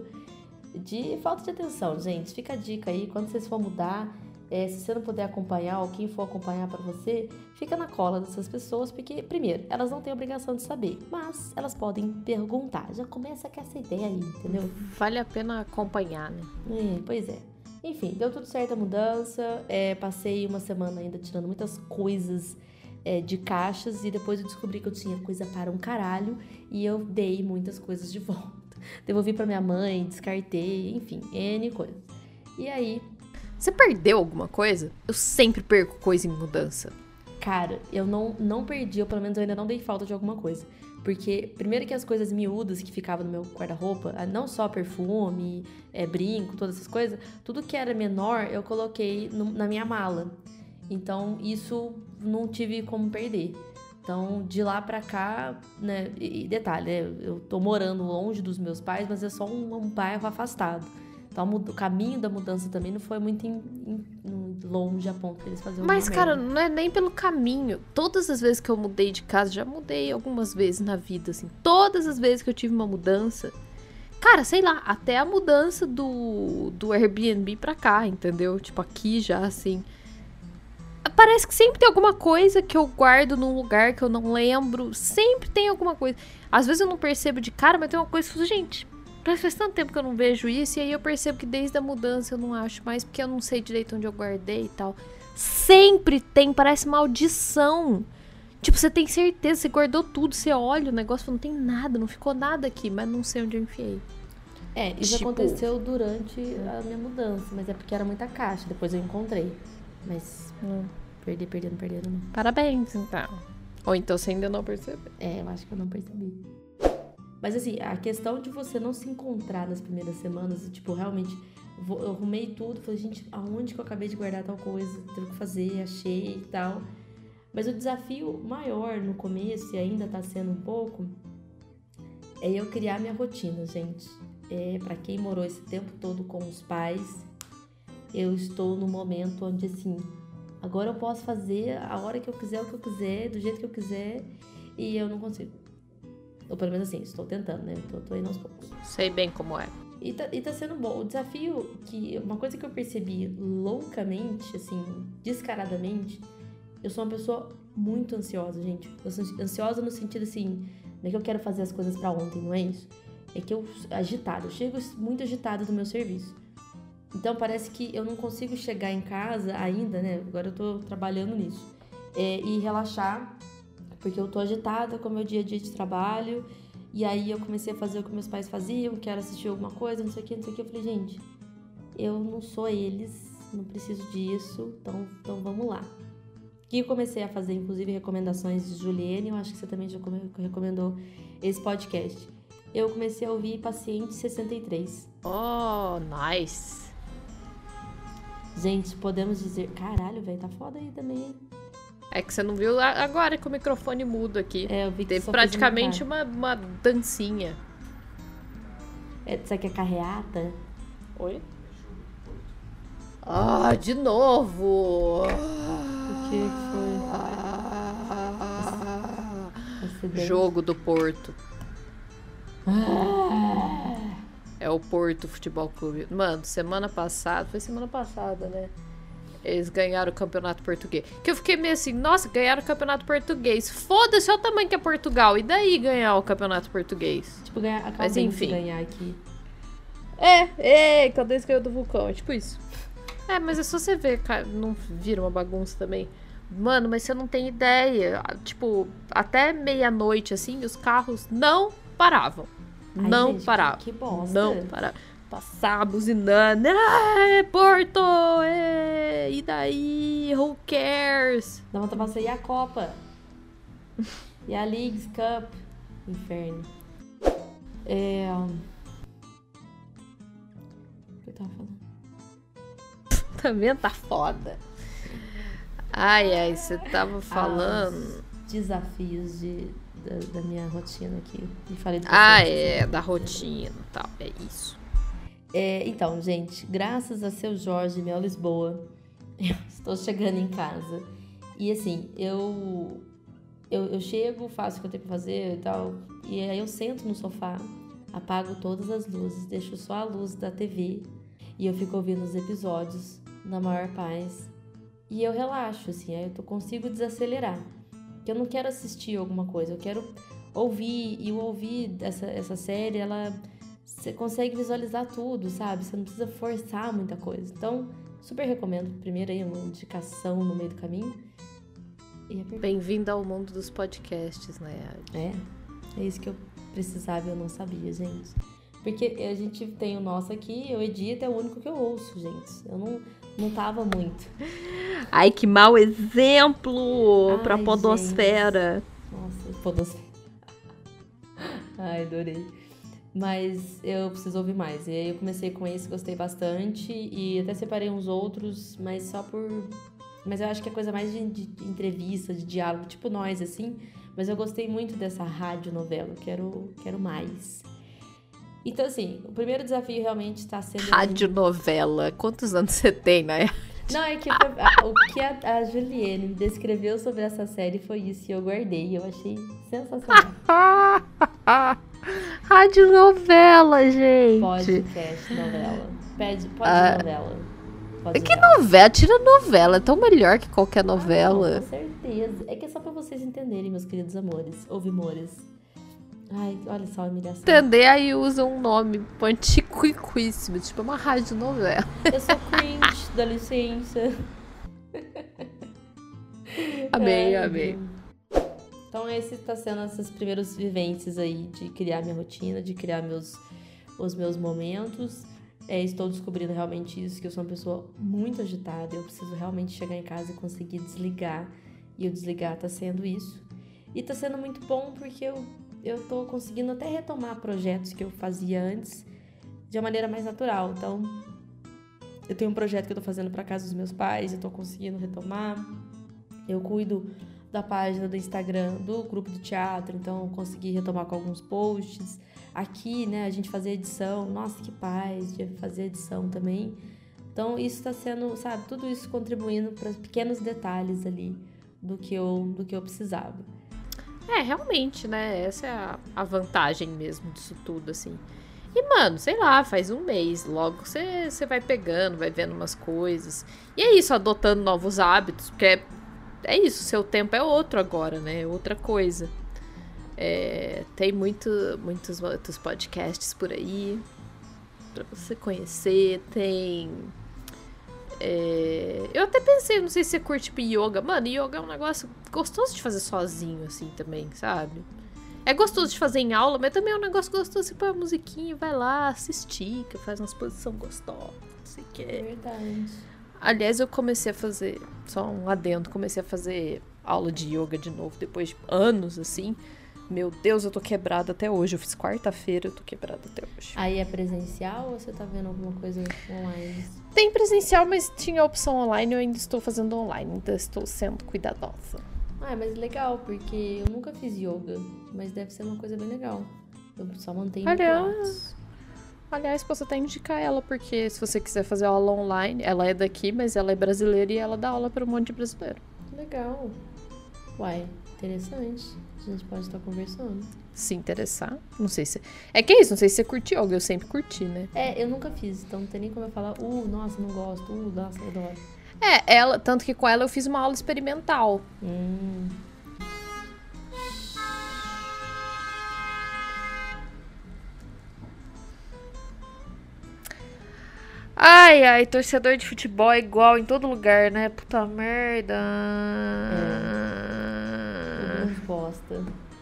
de falta de atenção, gente. Fica a dica aí, quando vocês for mudar, é, se você não puder acompanhar ou quem for acompanhar pra você, fica na cola dessas pessoas, porque, primeiro, elas não têm obrigação de saber, mas elas podem perguntar. Já começa com essa ideia aí, entendeu? Vale a pena acompanhar, né? É, pois é. Enfim, deu tudo certo a mudança. É, passei uma semana ainda tirando muitas coisas é, de caixas e depois eu descobri que eu tinha coisa para um caralho e eu dei muitas coisas de volta. Devolvi pra minha mãe, descartei, enfim, N coisas. E aí, Você perdeu alguma coisa? Eu sempre perco coisa em mudança. cara, eu não, não perdi, ou pelo menos eu ainda não dei falta de alguma coisa. Porque, primeiro que as coisas miúdas que ficavam no meu guarda-roupa, ah, não só perfume, é, brinco, todas essas coisas, tudo que era menor eu coloquei no- na minha mala. Então, isso não tive como perder. Então, de lá pra cá, né, e, e detalhe, né, eu tô morando longe dos meus pais, mas é só um, um bairro afastado. Então, a mud- o caminho da mudança também não foi muito em- em- em- longe a ponto deles fazerem alguma Mas, cara, merda. não é nem pelo caminho. Todas as vezes que eu mudei de casa, já mudei algumas vezes na vida, assim. Todas as vezes que eu tive uma mudança. Cara, sei lá, até a mudança do, do Airbnb pra cá, entendeu? Tipo, aqui já, assim. Parece que sempre tem alguma coisa que eu guardo num lugar que eu não lembro. Sempre tem alguma coisa. Às vezes eu não percebo de cara, mas tem uma coisa que eu falo, gente, parece que faz tanto tempo que eu não vejo isso. E aí eu percebo que desde a mudança eu não acho mais, porque eu não sei direito onde eu guardei e tal. Sempre tem, parece maldição. Tipo, você tem certeza, você guardou tudo, você olha o negócio e fala, não tem nada, não ficou nada aqui, mas não sei onde eu enfiei. É, isso Tipo- aconteceu durante a minha mudança, mas é porque era muita caixa, depois eu encontrei. Mas Hum. perder, perdendo, perdendo, não. Parabéns, então. Ou então você ainda não percebeu. É, eu acho que eu não percebi. Mas assim, a questão de você não se encontrar nas primeiras semanas, tipo, realmente, eu arrumei tudo, falei, gente, aonde que eu acabei de guardar tal coisa? Tenho que fazer, achei e tal. Mas o desafio maior no começo, e ainda tá sendo um pouco, é eu criar minha rotina, gente. É, pra quem morou esse tempo todo com os pais, eu estou no momento onde, assim, agora eu posso fazer a hora que eu quiser, o que eu quiser, do jeito que eu quiser, e eu não consigo. Ou pelo menos assim, estou tentando, né? Tô, tô indo aos poucos. Sei bem como é. E tá, e tá sendo bom. O desafio, que uma coisa que eu percebi loucamente, assim, descaradamente, eu sou uma pessoa muito ansiosa, gente. Eu sou ansiosa no sentido, assim, não é que eu quero fazer as coisas pra ontem, não é isso? É que eu, agitada, eu chego muito agitada do meu serviço. Então parece que eu não consigo chegar em casa ainda, né? Agora eu tô trabalhando nisso. É, e relaxar, porque eu tô agitada com o meu dia a dia de trabalho. E aí eu comecei a fazer o que meus pais faziam, quero assistir alguma coisa, não sei o que, não sei o que. Eu falei, gente, eu não sou eles, não preciso disso, então, então vamos lá. E eu comecei a fazer, inclusive, recomendações de Juliane, eu acho que você também já recomendou esse podcast. Eu comecei a ouvir Paciente sessenta e três. Oh, nice. Gente, podemos dizer... Caralho, velho, tá foda aí também, hein? É que você não viu agora que o microfone mudo aqui. É, eu vi que teve só praticamente fez um uma, uma dancinha. É, isso aqui é carreata? Oi? Ah, de novo! O que foi? Acidente. Jogo do Porto. Ah. É o Porto Futebol Clube. Mano, semana passada... Foi semana passada, né? Eles ganharam o campeonato português. Que eu fiquei meio assim, nossa, ganharam o campeonato português. Foda-se, olha o tamanho que é Portugal. E daí ganhar o campeonato português? Tipo, ganhar, acabamos Mas enfim. de ganhar aqui. É, é, Caldense ganhou do Vulcão. É tipo isso. É, mas é só você ver, cara, não vira uma bagunça também. Mano, mas você não tem ideia. Tipo, até meia-noite, assim, os carros não paravam. Ai, não gente, paravam. Que, que bosta. Não paravam. Passar buzinando. Ah, Porto! É, e daí? Who cares? Dá vontade de você ir a Copa. E a Leagues Cup. Inferno. É... O que eu tava falando? Também tá foda. Ai, ai, você tava falando... Os desafios de, da, da minha rotina aqui. E falei do Ah, paciente, é, assim. da rotina e tal. É isso. É, então, gente, graças a seu Jorge Mel Lisboa, eu estou chegando em casa. E assim, eu, eu, eu chego, faço o que eu tenho pra fazer e tal. E aí eu sento no sofá, apago todas as luzes, deixo só a luz da T V. E eu fico ouvindo os episódios na maior paz. E eu relaxo, assim, aí eu tô, consigo desacelerar. Porque eu não quero assistir alguma coisa, eu quero ouvir. E o ouvir essa, essa série, ela... Você consegue visualizar tudo, sabe? Você não precisa forçar muita coisa. Então, super recomendo. Primeiro aí, uma indicação no meio do caminho. E é Bem-vindo ao mundo dos podcasts, né? É, é isso que eu precisava e eu não sabia, gente. Porque a gente tem o nosso aqui, eu edito, é o único que eu ouço, gente. Eu não, não tava muito. Ai, que mau exemplo Ai, pra podosfera. Gente. Nossa, podosfera. Ai, adorei. Mas eu preciso ouvir mais. E aí eu comecei com esse, gostei bastante. E até separei uns outros, mas só por... Mas eu acho que é coisa mais de, de entrevista, de diálogo, tipo nós, assim. Mas eu gostei muito dessa radionovela. Quero, quero mais. Então, assim, o primeiro desafio realmente está sendo... Radionovela. Quantos anos você tem, né? Não, é que o que a, a Juliane me descreveu sobre essa série foi isso. E eu guardei. Eu achei sensacional. Radionovela, gente. Podcast, novela. Pede, pode Ah, novela. Pode que novela. novela? Tira novela. É tão melhor que qualquer Ah, não, novela. com certeza. É que é só pra vocês entenderem, meus queridos amores. Ouvimores. Ai, olha só a humilhação. Entender, aí usa um nome antiquíssimo, tipo uma radionovela. Eu sou cringe, dá licença. Amei, Ai, amei. Deus. Então, esse tá sendo essas primeiras vivências aí de criar minha rotina, de criar meus, os meus momentos. É, estou descobrindo realmente isso, que eu sou uma pessoa muito agitada. Eu preciso realmente chegar em casa e conseguir desligar. E o desligar tá sendo isso. E tá sendo muito bom porque eu, eu tô conseguindo até retomar projetos que eu fazia antes de uma maneira mais natural. Então, eu tenho um projeto que eu tô fazendo pra casa dos meus pais, eu tô conseguindo retomar. Eu cuido da página do Instagram, do grupo do teatro, então eu consegui retomar com alguns posts. Aqui, né, a gente fazia edição, nossa, que paz de fazer edição também. Então, isso tá sendo, sabe, tudo isso contribuindo para pequenos detalhes ali do que eu, do que eu precisava. É, realmente, né? Essa é a, a vantagem mesmo disso tudo, assim. E, mano, sei lá, faz um mês, logo você, você vai pegando, vai vendo umas coisas. E é isso, adotando novos hábitos, porque é, é isso, seu tempo é outro agora, né? É outra coisa. É, tem muito, muitos, muitos podcasts por aí pra você conhecer, tem... É, eu até pensei, não sei se você curte tipo yoga. Mano, yoga é um negócio gostoso de fazer sozinho, assim, também, sabe? É gostoso de fazer em aula, mas também é um negócio gostoso. Você põe a musiquinha, vai lá, se estica, faz umas posições gostosas, não sei o que. É verdade. Aliás, eu comecei a fazer, só um adendo, comecei a fazer aula de yoga de novo, depois de anos, assim. Meu Deus, eu tô quebrada até hoje. Eu fiz quarta-feira, eu tô quebrada até hoje. Aí é presencial ou você tá vendo alguma coisa online? Tem presencial, mas tinha a opção online, eu ainda estou fazendo online, ainda estou sendo cuidadosa. Ah, mas legal, porque eu nunca fiz yoga, mas deve ser uma coisa bem legal. Eu só mantenho Aliás, aliás, posso até indicar ela, porque se você quiser fazer aula online, ela é daqui, mas ela é brasileira e ela dá aula para um monte de brasileiro. Legal. Uai, interessante. A gente pode estar conversando. Se interessar, não sei se... É que é isso, não sei se você curte yoga, eu sempre curti, né? É, eu nunca fiz, então não tem nem como eu falar, uh, nossa, não gosto, uh, nossa, eu adoro. É, ela, tanto que com ela eu fiz uma aula experimental. Hum. Ai, ai, torcedor de futebol é igual em todo lugar, né? Puta merda. É. Alguns bosta.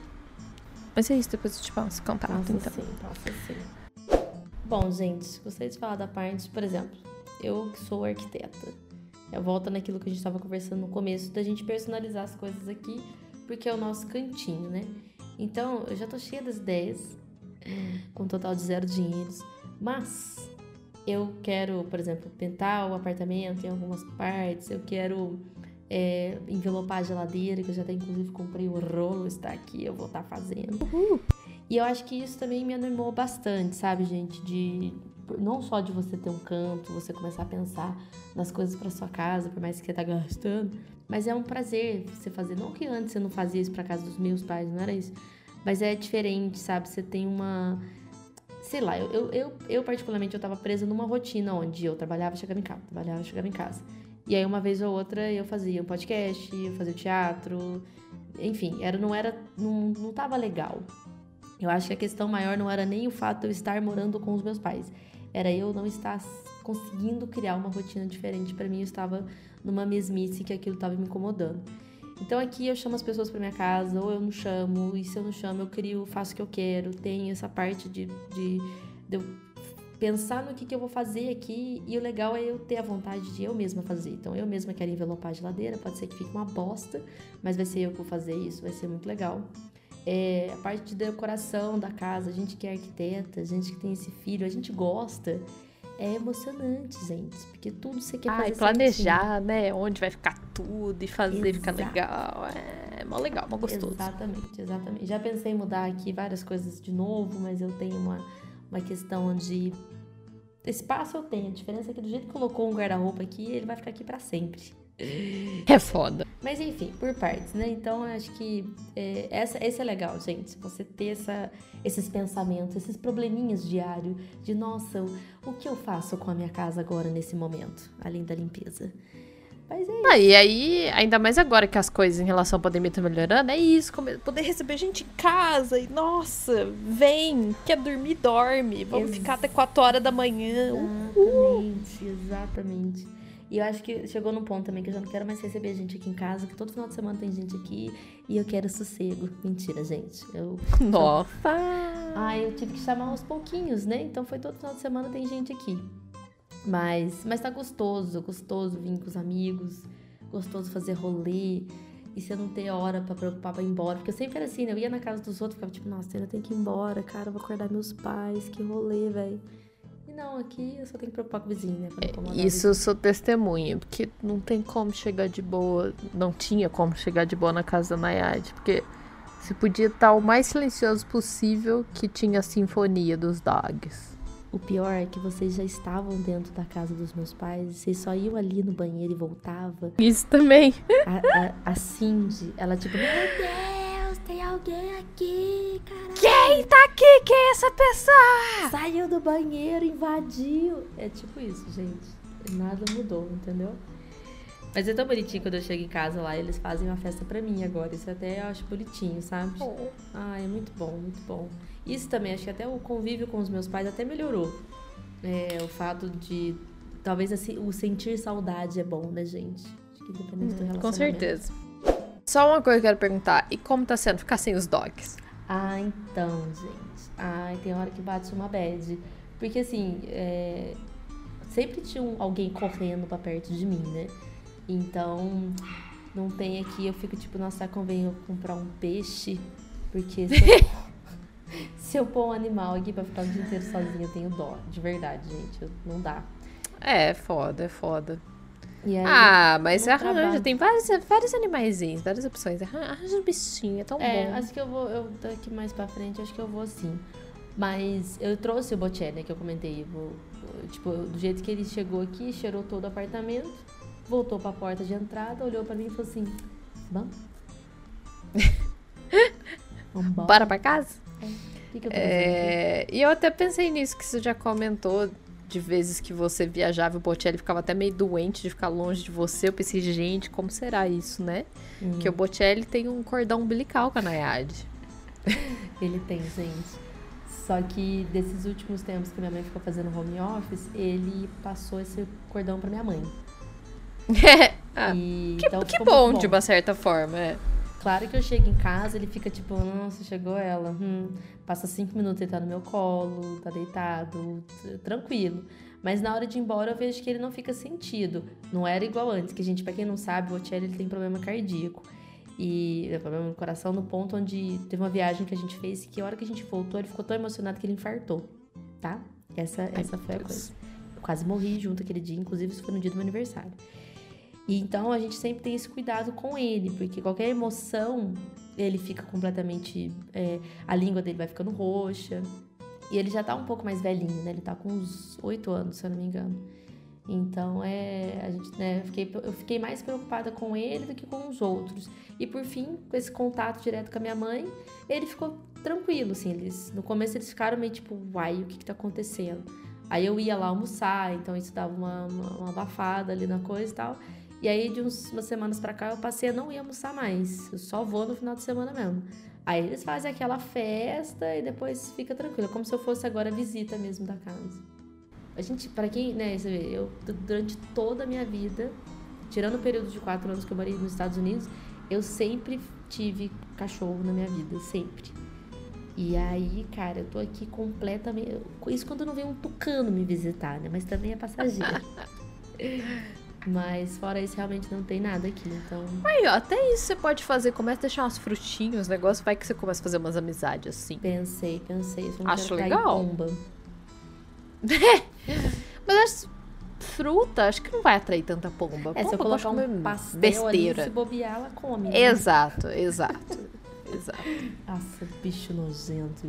Mas é isso, depois eu te passo o contato, Passa então. sim, passa sim. Bom, gente, gostaria de falar da parte, por exemplo, eu que sou arquiteta. Eu volto naquilo que a gente estava conversando no começo, da gente personalizar as coisas aqui, porque é o nosso cantinho, né? Então, eu já tô cheia das ideias, com um total de zero dinheiros, mas eu quero, por exemplo, pintar o apartamento em algumas partes, eu quero é, envelopar a geladeira, que eu já até inclusive comprei o rolo, está aqui, eu vou estar fazendo. Uhul. E eu acho que isso também me animou bastante, sabe, gente? De não só de você ter um canto, você começar a pensar nas coisas para sua casa, por mais que você tá gastando, mas é um prazer você fazer. Não que antes você não fazia isso para casa dos meus pais, não era isso, mas é diferente, sabe? Você tem uma... Sei lá, eu, eu, eu, eu particularmente, eu tava presa numa rotina onde eu trabalhava e chegava em casa, trabalhava e chegava em casa. E aí, uma vez ou outra, eu fazia um podcast, eu fazia o teatro, enfim, era, não era, não, não tava legal. Eu acho que a questão maior não era nem o fato de eu estar morando com os meus pais, era eu não estar conseguindo criar uma rotina diferente pra mim, eu estava numa mesmice que aquilo tava me incomodando. Então aqui eu chamo as pessoas pra minha casa, ou eu não chamo, e se eu não chamo, eu crio, faço o que eu quero, tenho essa parte de, de, de eu pensar no que, que eu vou fazer aqui, e o legal é eu ter a vontade de eu mesma fazer. Então eu mesma quero envelopar a geladeira, pode ser que fique uma bosta, mas vai ser eu que vou fazer isso, vai ser muito legal. É, a parte de decoração da casa, a gente que é arquiteta, a gente que tem esse filho, a gente gosta. É emocionante, gente, porque tudo você quer fazer. Ah, e planejar, né? Onde vai ficar tudo e fazer Exato. ficar legal. É mó legal, mó gostoso. Exatamente, exatamente. Já pensei em mudar aqui várias coisas de novo, mas eu tenho uma, uma questão onde espaço eu tenho. A diferença é que do jeito que colocou um guarda-roupa aqui, ele vai ficar aqui pra sempre. É foda. Mas enfim, por partes, né? Então eu acho que é, essa, esse é legal, gente. Você ter essa, esses pensamentos, esses probleminhas diários de, nossa, o, o que eu faço com a minha casa agora nesse momento, além da limpeza. Mas é isso. Ah, e aí, ainda mais agora que as coisas em relação à pandemia estão melhorando, é isso, poder receber gente em casa e, nossa, vem, quer dormir, dorme, vamos Ex- ficar até quatro horas da manhã. Exatamente, exatamente. E eu acho que chegou num ponto também que eu já não quero mais receber gente aqui em casa, que todo final de semana tem gente aqui e eu quero sossego. Mentira, gente. Eu... Nossa! Ah, eu tive que chamar aos pouquinhos, né? Então foi todo final de semana tem gente aqui. Mas, mas tá gostoso, gostoso vir com os amigos, gostoso fazer rolê. e você não ter hora pra preocupar pra ir embora. Porque eu sempre era assim, né? Eu ia na casa dos outros, ficava tipo, nossa, eu ainda tenho que ir embora, cara, eu vou acordar meus pais, que rolê, velho. E não, aqui eu só tenho que preocupar com o vizinho, né? Pra não incomodar o Isso eu sou testemunha, porque não tem como chegar de boa, não tinha como chegar de boa na casa da Nayade, porque você podia estar o mais silencioso possível que tinha a sinfonia dos dogs. O pior é que vocês já estavam dentro da casa dos meus pais, vocês só iam ali no banheiro e voltavam. Isso também. A, a, a Cindy, ela tipo, meu Deus, tem alguém aqui, caralho. Quem tá aqui? Quem é essa pessoa? Saiu do banheiro, invadiu. É tipo isso, gente. Nada mudou, entendeu? Mas é tão bonitinho quando eu chego em casa lá, eles fazem uma festa pra mim agora. Isso até eu acho bonitinho, sabe? Oh. Ah, é muito bom, muito bom. Isso também, acho que até o convívio com os meus pais até melhorou. É, o fato de... Talvez assim, o sentir saudade é bom, né, gente? Acho que independente do relacionamento. Com certeza. Só uma coisa que eu quero perguntar. E como tá sendo ficar sem os dogs? Ah, então, gente. Ai, tem hora que bate uma bad. Porque, assim, é... sempre tinha um, alguém correndo pra perto de mim, né? Então, não tem aqui, eu fico tipo, nossa, convém eu comprar um peixe, porque se eu, se eu pôr um animal aqui pra ficar o dia inteiro sozinha, eu tenho dó, de verdade, gente, eu, não dá. É, é foda, é foda. E aí, Ah, mas você no arranja, trabalho- tem vários, vários animaizinhos, várias opções. Arran- Arranja um bichinho, é tão É, bom. acho que eu vou, eu daqui mais pra frente, acho que eu vou sim. Mas eu trouxe o Boché, né, que eu comentei, eu vou, eu, tipo, do jeito que ele chegou aqui, cheirou todo o apartamento, voltou pra porta de entrada, olhou pra mim e falou assim, vamos? Vambora? Bora pra casa? O que que eu tô fazendo aqui? É, e eu até pensei nisso, que você já comentou de vezes que você viajava e o Bocelli ficava até meio doente de ficar longe de você. Eu pensei, gente, como será isso, né? Hum. Porque o Bocelli tem um cordão umbilical com a Nayade. Ele tem, gente. Só que desses últimos tempos que minha mãe ficou fazendo home office, ele passou esse cordão pra minha mãe. Ah, E, que então que ficou bom, muito de uma certa forma, é. Claro que eu chego em casa, ele fica tipo, nossa, chegou ela. Hum. Passa cinco minutos, ele tá no meu colo, tá deitado, t- tranquilo. Mas na hora de ir embora, eu vejo que ele não fica sentido. Não era igual antes, que a gente, pra quem não sabe, o Ocelli, ele tem problema cardíaco. E é, problema no coração, no ponto onde teve uma viagem que a gente fez, que a hora que a gente voltou, ele ficou tão emocionado que ele infartou, tá? Essa, essa foi a Deus. coisa. Eu quase morri junto aquele dia, inclusive isso foi no dia do meu aniversário. E então a gente sempre tem esse cuidado com ele, porque qualquer emoção, ele fica completamente... é, a língua dele vai ficando roxa. E ele já tá um pouco mais velhinho, né? Ele tá com uns oito anos, se eu não me engano. Então, é, a gente, né, eu, fiquei, eu fiquei mais preocupada com ele do que com os outros. E por fim, com esse contato direto com a minha mãe, ele ficou tranquilo, assim. Eles, no começo eles ficaram meio tipo, uai, o que que tá acontecendo? Aí eu ia lá almoçar, então isso dava uma, uma, uma abafada ali na coisa e tal. E aí, de uns, umas semanas pra cá, eu passei a não ir almoçar mais. Eu só vou no final de semana mesmo. Aí eles fazem aquela festa e depois fica tranquilo. Como se eu fosse agora a visita mesmo da casa. A gente, pra quem, né, você vê, eu durante toda a minha vida, tirando o período de quatro anos que eu morei nos Estados Unidos, eu sempre tive cachorro na minha vida, sempre. E aí, cara, eu tô aqui completamente... Isso quando não vem um tucano me visitar, né? Mas também é passageiro. Mas fora isso, realmente não tem nada aqui, então... Aí, ó, até isso você pode fazer. Começa a deixar umas frutinhas, negócio, vai que você começa a fazer umas amizades assim. Pensei, pensei. Só não Acho quero cair legal. pomba. Mas acho fruta, acho que não vai atrair tanta pomba. É, se eu Pomba gosta colocar de um comer pastel besteira. ali, se bobear, ela come. Né? Exato, exato, exato. Nossa, bicho nojento.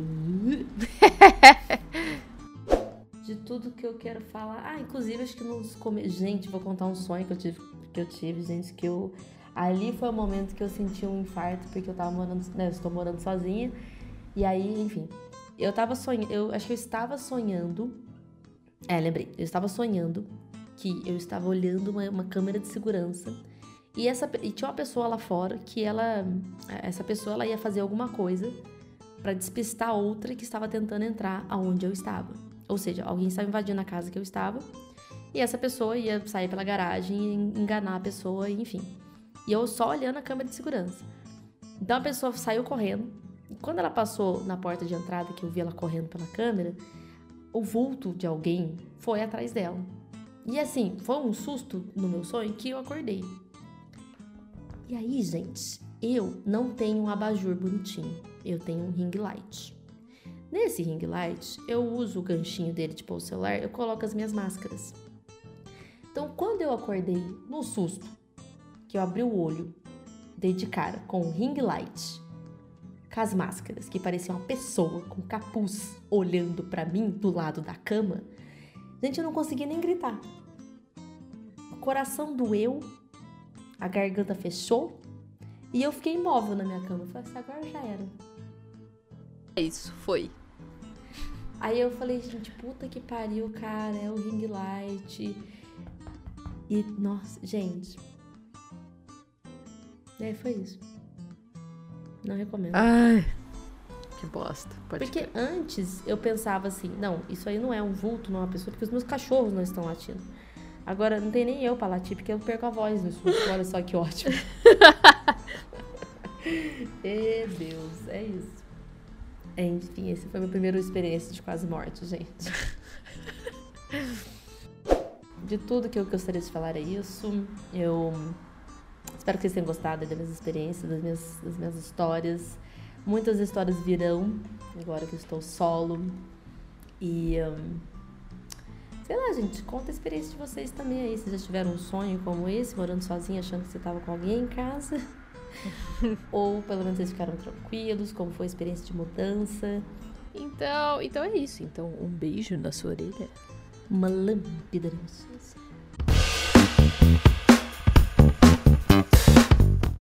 De tudo que eu quero falar. Ah, inclusive, acho que nos come... Gente, vou contar um sonho que eu tive, que eu tive, gente, que eu... Ali foi o momento que eu senti um infarto, porque eu tava morando, né, eu estou morando sozinha. E aí, enfim, eu tava sonhando, eu acho que eu estava sonhando... É, lembrei, eu estava sonhando que eu estava olhando uma, uma câmera de segurança e, essa, e tinha uma pessoa lá fora que ela... Essa pessoa, ela ia fazer alguma coisa pra despistar outra que estava tentando entrar aonde eu estava. Ou seja, alguém estava invadindo a casa que eu estava e essa pessoa ia sair pela garagem e enganar a pessoa, enfim. E eu só olhando a câmera de segurança. Então a pessoa saiu correndo e quando ela passou na porta de entrada, que eu vi ela correndo pela câmera, o vulto de alguém foi atrás dela. E assim, foi um susto no meu sonho que eu acordei. E aí, gente, eu não tenho um abajur bonitinho. Eu tenho um ring light. Nesse ring light, eu uso o ganchinho dele de pôr o celular, eu coloco as minhas máscaras. Então, quando eu acordei no susto, que eu abri o olho, dei de cara com o ring light, com as máscaras, que parecia uma pessoa com capuz olhando pra mim do lado da cama, gente, eu não consegui nem gritar. O coração doeu, a garganta fechou e eu fiquei imóvel na minha cama. Eu falei assim, agora já era. É isso, foi. Aí eu falei, gente, puta que pariu, cara, é o ring light. E, nossa, gente. É, foi isso. Não recomendo. Ai, que bosta. Pode Porque crer. antes eu pensava assim, não, isso aí não é um vulto, não é uma pessoa, porque os meus cachorros não estão latindo. Agora, não tem nem eu pra latir, porque eu perco a voz no susto. Olha só que ótimo. Ê, Deus, é isso. Enfim, essa foi a minha primeira experiência de quase morte, gente. De tudo que eu gostaria de falar é isso. Eu espero que vocês tenham gostado das minhas experiências, das minhas, das minhas histórias. Muitas histórias virão, agora que eu estou solo. E, um, sei lá, gente, conta a experiência de vocês também aí. Se já tiveram um sonho como esse, morando sozinha, achando que você estava com alguém em casa. Ou pelo menos vocês ficaram tranquilos, como foi a experiência de mudança. Então, então é isso. Então, um beijo na sua orelha. Uma lâmpada na sua